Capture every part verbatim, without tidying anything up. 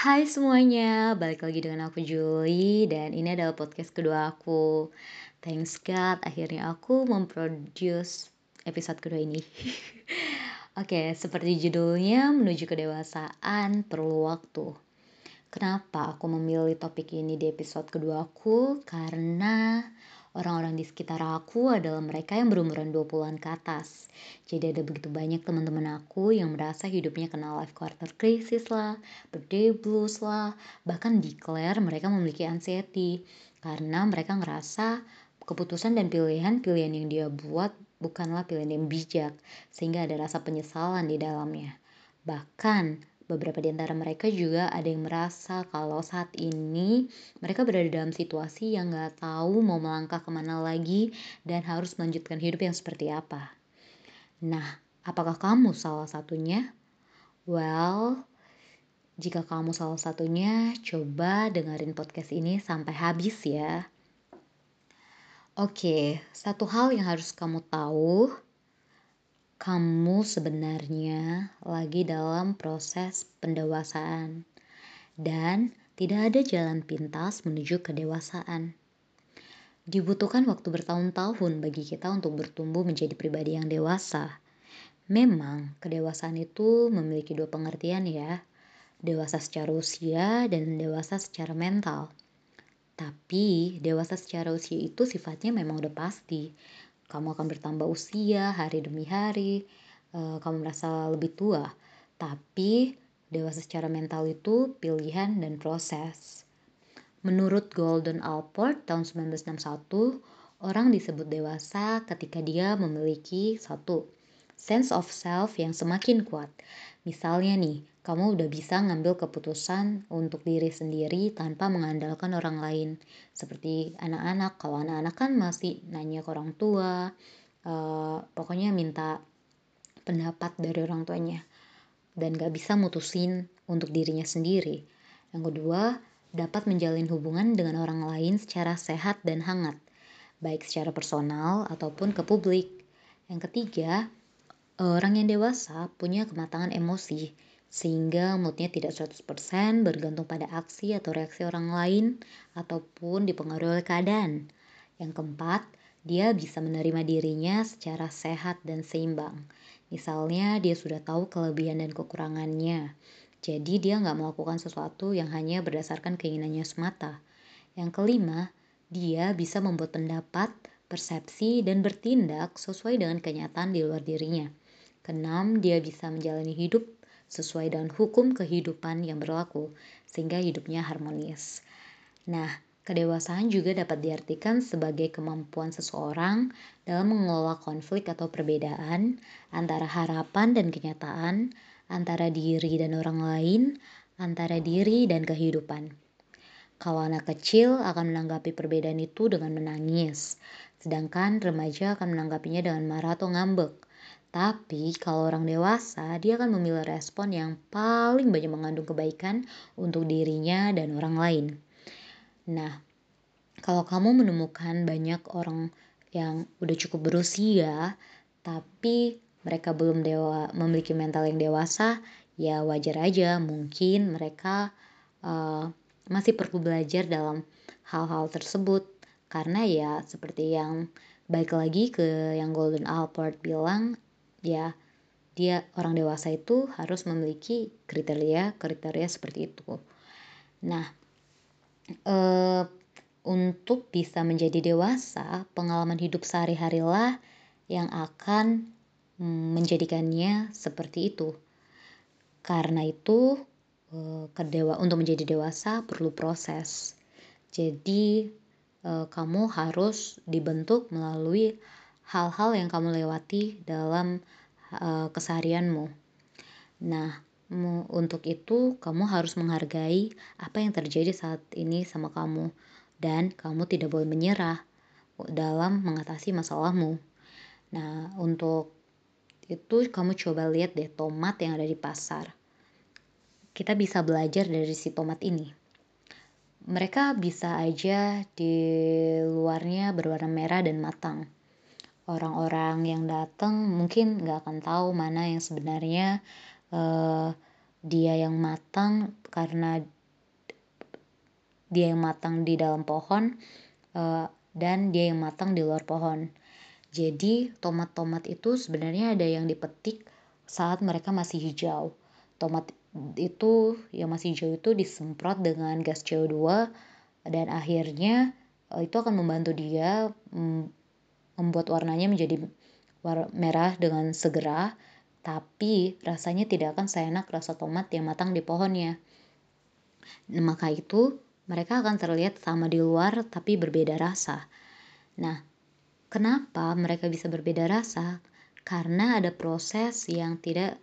Hai semuanya, balik lagi dengan aku Julie dan ini adalah podcast kedua aku. Thanks God, akhirnya aku memproduce episode kedua ini. Oke, seperti judulnya, menuju kedewasaan perlu waktu. Kenapa aku memilih topik ini di episode kedua aku? Karena orang-orang di sekitar aku adalah mereka yang berumuran dua puluhan ke atas. Jadi ada begitu banyak teman-teman aku yang merasa hidupnya kena life quarter crisis lah, birthday blues lah, bahkan declare mereka memiliki anxiety. Karena mereka ngerasa keputusan dan pilihan-pilihan yang dia buat bukanlah pilihan yang bijak, sehingga ada rasa penyesalan di dalamnya. Bahkan beberapa di antara mereka juga ada yang merasa kalau saat ini mereka berada dalam situasi yang gak tahu mau melangkah kemana lagi dan harus melanjutkan hidup yang seperti apa. Nah, apakah kamu salah satunya? Well, jika kamu salah satunya, coba dengerin podcast ini sampai habis ya. Oke, satu hal yang harus kamu tahu, kamu sebenarnya lagi dalam proses pendewasaan dan tidak ada jalan pintas menuju kedewasaan. Dibutuhkan waktu bertahun-tahun bagi kita untuk bertumbuh menjadi pribadi yang dewasa. Memang kedewasaan itu memiliki dua pengertian ya, dewasa secara usia dan dewasa secara mental. Tapi dewasa secara usia itu sifatnya memang udah pasti. Kamu akan bertambah usia hari demi hari, uh, kamu merasa lebih tua. Tapi dewasa secara mental itu pilihan dan proses. Menurut Golden Allport tahun sembilan belas enam puluh satu, orang disebut dewasa ketika dia memiliki satu sense of self yang semakin kuat. Misalnya nih, kamu udah bisa ngambil keputusan untuk diri sendiri tanpa mengandalkan orang lain. Seperti anak-anak, kalau anak-anak kan masih nanya ke orang tua, uh, pokoknya minta pendapat dari orang tuanya dan gak bisa mutusin untuk dirinya sendiri. Yang kedua, dapat menjalin hubungan dengan orang lain secara sehat dan hangat, baik secara personal ataupun ke publik. Yang ketiga, orang yang dewasa punya kematangan emosi, sehingga moodnya tidak seratus persen bergantung pada aksi atau reaksi orang lain ataupun dipengaruhi oleh keadaan. Yang keempat, dia bisa menerima dirinya secara sehat dan seimbang. Misalnya dia sudah tahu kelebihan dan kekurangannya, jadi dia nggak melakukan sesuatu yang hanya berdasarkan keinginannya semata. Yang kelima, dia bisa membuat pendapat, persepsi, dan bertindak sesuai dengan kenyataan di luar dirinya. Keenam, dia bisa menjalani hidup sesuai dengan hukum kehidupan yang berlaku, sehingga hidupnya harmonis. Nah, kedewasaan juga dapat diartikan sebagai kemampuan seseorang dalam mengelola konflik atau perbedaan antara harapan dan kenyataan, antara diri dan orang lain, antara diri dan kehidupan. Kalau anak kecil akan menanggapi perbedaan itu dengan menangis, sedangkan remaja akan menanggapinya dengan marah atau ngambek. Tapi kalau orang dewasa, dia akan memilih respon yang paling banyak mengandung kebaikan untuk dirinya dan orang lain. Nah, kalau kamu menemukan banyak orang yang udah cukup berusia, tapi mereka belum dewa, memiliki mental yang dewasa, ya wajar aja mungkin mereka uh, masih perlu belajar dalam hal-hal tersebut. Karena ya seperti yang balik lagi ke yang Golden Allport bilang, ya dia orang dewasa itu harus memiliki kriteria-kriteria seperti itu. Nah, uh, untuk bisa menjadi dewasa, pengalaman hidup sehari-harilah yang akan menjadikannya seperti itu. Karena itu, kedewa untuk menjadi dewasa perlu proses. Jadi, kamu harus dibentuk melalui hal-hal yang kamu lewati dalam keseharianmu. Nah, untuk itu kamu harus menghargai apa yang terjadi saat ini sama kamu. Dan kamu tidak boleh menyerah dalam mengatasi masalahmu. Nah, untuk itu kamu coba lihat deh tomat yang ada di pasar. Kita bisa belajar dari si tomat ini. Mereka bisa aja di luarnya berwarna merah dan matang. Orang-orang yang datang mungkin gak akan tahu mana yang sebenarnya uh, dia yang matang karena dia yang matang di dalam pohon uh, dan dia yang matang di luar pohon. Jadi tomat-tomat itu sebenarnya ada yang dipetik saat mereka masih hijau. Tomat itu yang masih hijau itu disemprot dengan gas C O dua dan akhirnya uh, itu akan membantu dia mm, membuat warnanya menjadi war- merah dengan segera, tapi rasanya tidak akan seenak rasa tomat yang matang di pohonnya. Nah, maka itu mereka akan terlihat sama di luar tapi berbeda rasa. Nah, kenapa mereka bisa berbeda rasa? Karena ada proses yang tidak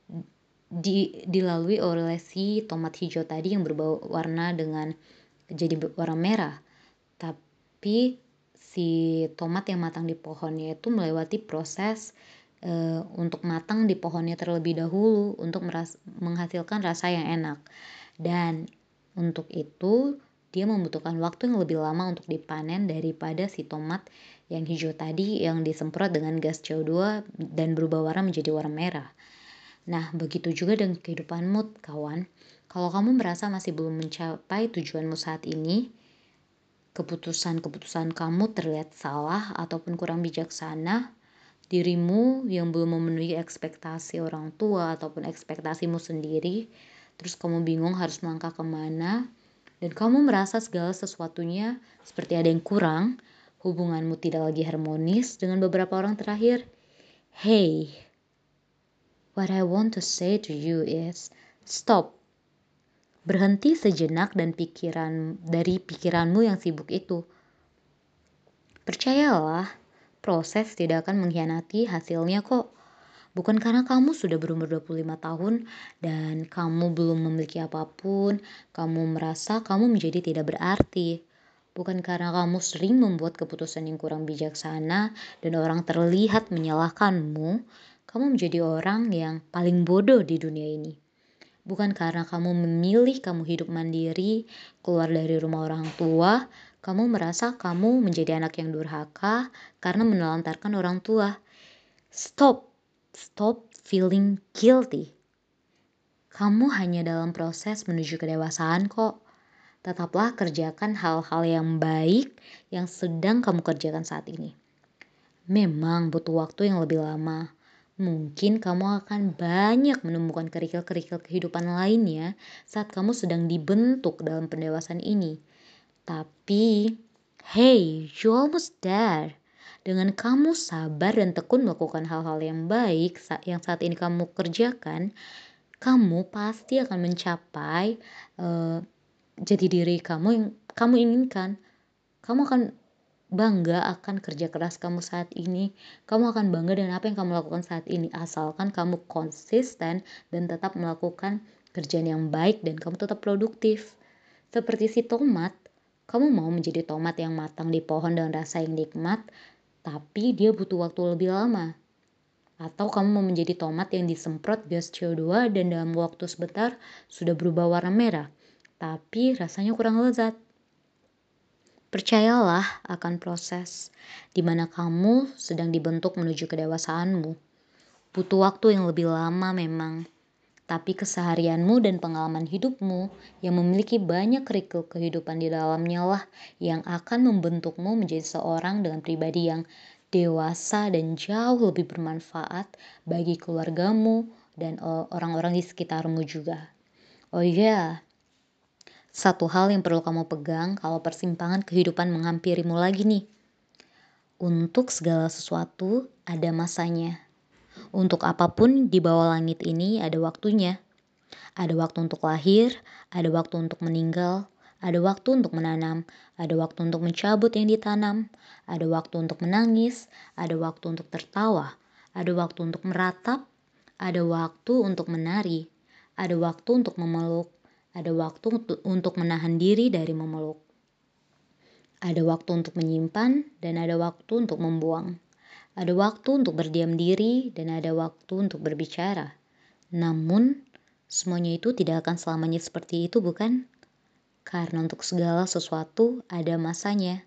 di, dilalui oleh si tomat hijau tadi yang berbau warna dengan jadi warna merah. Tapi si tomat yang matang di pohonnya itu melewati proses e, untuk matang di pohonnya terlebih dahulu untuk meras- menghasilkan rasa yang enak. Dan untuk itu dia membutuhkan waktu yang lebih lama untuk dipanen daripada si tomat yang hijau tadi yang disemprot dengan gas C O dua dan berubah warna menjadi warna merah. Nah, begitu juga dengan kehidupanmu, kawan. Kalau kamu merasa masih belum mencapai tujuanmu saat ini, keputusan-keputusan kamu terlihat salah ataupun kurang bijaksana, dirimu yang belum memenuhi ekspektasi orang tua ataupun ekspektasimu sendiri, terus kamu bingung harus melangkah kemana, dan kamu merasa segala sesuatunya seperti ada yang kurang, hubunganmu tidak lagi harmonis dengan beberapa orang terakhir. Hey, what I want to say to you is, stop. Berhenti sejenak dan pikiran dari pikiranmu yang sibuk itu. Percayalah, proses tidak akan mengkhianati hasilnya kok. Bukan karena kamu sudah berumur dua puluh lima tahun dan kamu belum memiliki apapun, kamu merasa kamu menjadi tidak berarti. Bukan karena kamu sering membuat keputusan yang kurang bijaksana dan orang terlihat menyalahkanmu, kamu menjadi orang yang paling bodoh di dunia ini. Bukan karena kamu memilih kamu hidup mandiri, keluar dari rumah orang tua, kamu merasa kamu menjadi anak yang durhaka karena menelantarkan orang tua. Stop, stop feeling guilty. Kamu hanya dalam proses menuju kedewasaan kok. Tetaplah kerjakan hal-hal yang baik yang sedang kamu kerjakan saat ini. Memang butuh waktu yang lebih lama. Mungkin kamu akan banyak menemukan kerikil-kerikil kehidupan lainnya saat kamu sedang dibentuk dalam pendewasaan ini. Tapi, hey, you almost there. Dengan kamu sabar dan tekun melakukan hal-hal yang baik yang saat ini kamu kerjakan, kamu pasti akan mencapai uh, jati diri kamu yang kamu inginkan. Kamu akan bangga akan kerja keras kamu saat ini. Kamu akan bangga dengan apa yang kamu lakukan saat ini. Asalkan kamu konsisten dan tetap melakukan kerjaan yang baik dan kamu tetap produktif. Seperti si tomat, kamu mau menjadi tomat yang matang di pohon dengan rasa yang nikmat, tapi dia butuh waktu lebih lama. Atau kamu mau menjadi tomat yang disemprot gas C O dua dan dalam waktu sebentar sudah berubah warna merah, tapi rasanya kurang lezat. Percayalah akan proses di mana kamu sedang dibentuk menuju kedewasaanmu. Butuh waktu yang lebih lama memang, tapi keseharianmu dan pengalaman hidupmu yang memiliki banyak kerikil kehidupan di dalamnya lah yang akan membentukmu menjadi seorang dengan pribadi yang dewasa dan jauh lebih bermanfaat bagi keluargamu dan orang-orang di sekitarmu juga. Oh iya, yeah. Satu hal yang perlu kamu pegang kalau persimpangan kehidupan menghampirimu lagi nih. Untuk segala sesuatu ada masanya. Untuk apapun di bawah langit ini ada waktunya. Ada waktu untuk lahir, ada waktu untuk meninggal, ada waktu untuk menanam, ada waktu untuk mencabut yang ditanam, ada waktu untuk menangis, ada waktu untuk tertawa, ada waktu untuk meratap, ada waktu untuk menari, ada waktu untuk memeluk, ada waktu untuk menahan diri dari memeluk. Ada waktu untuk menyimpan dan ada waktu untuk membuang. Ada waktu untuk berdiam diri dan ada waktu untuk berbicara. Namun, semuanya itu tidak akan selamanya seperti itu, bukan? Karena untuk segala sesuatu ada masanya.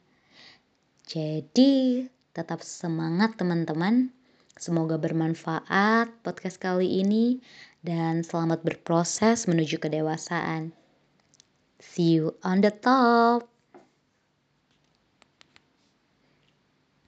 Jadi, tetap semangat teman-teman. Semoga bermanfaat podcast kali ini dan selamat berproses menuju kedewasaan. See you on the top.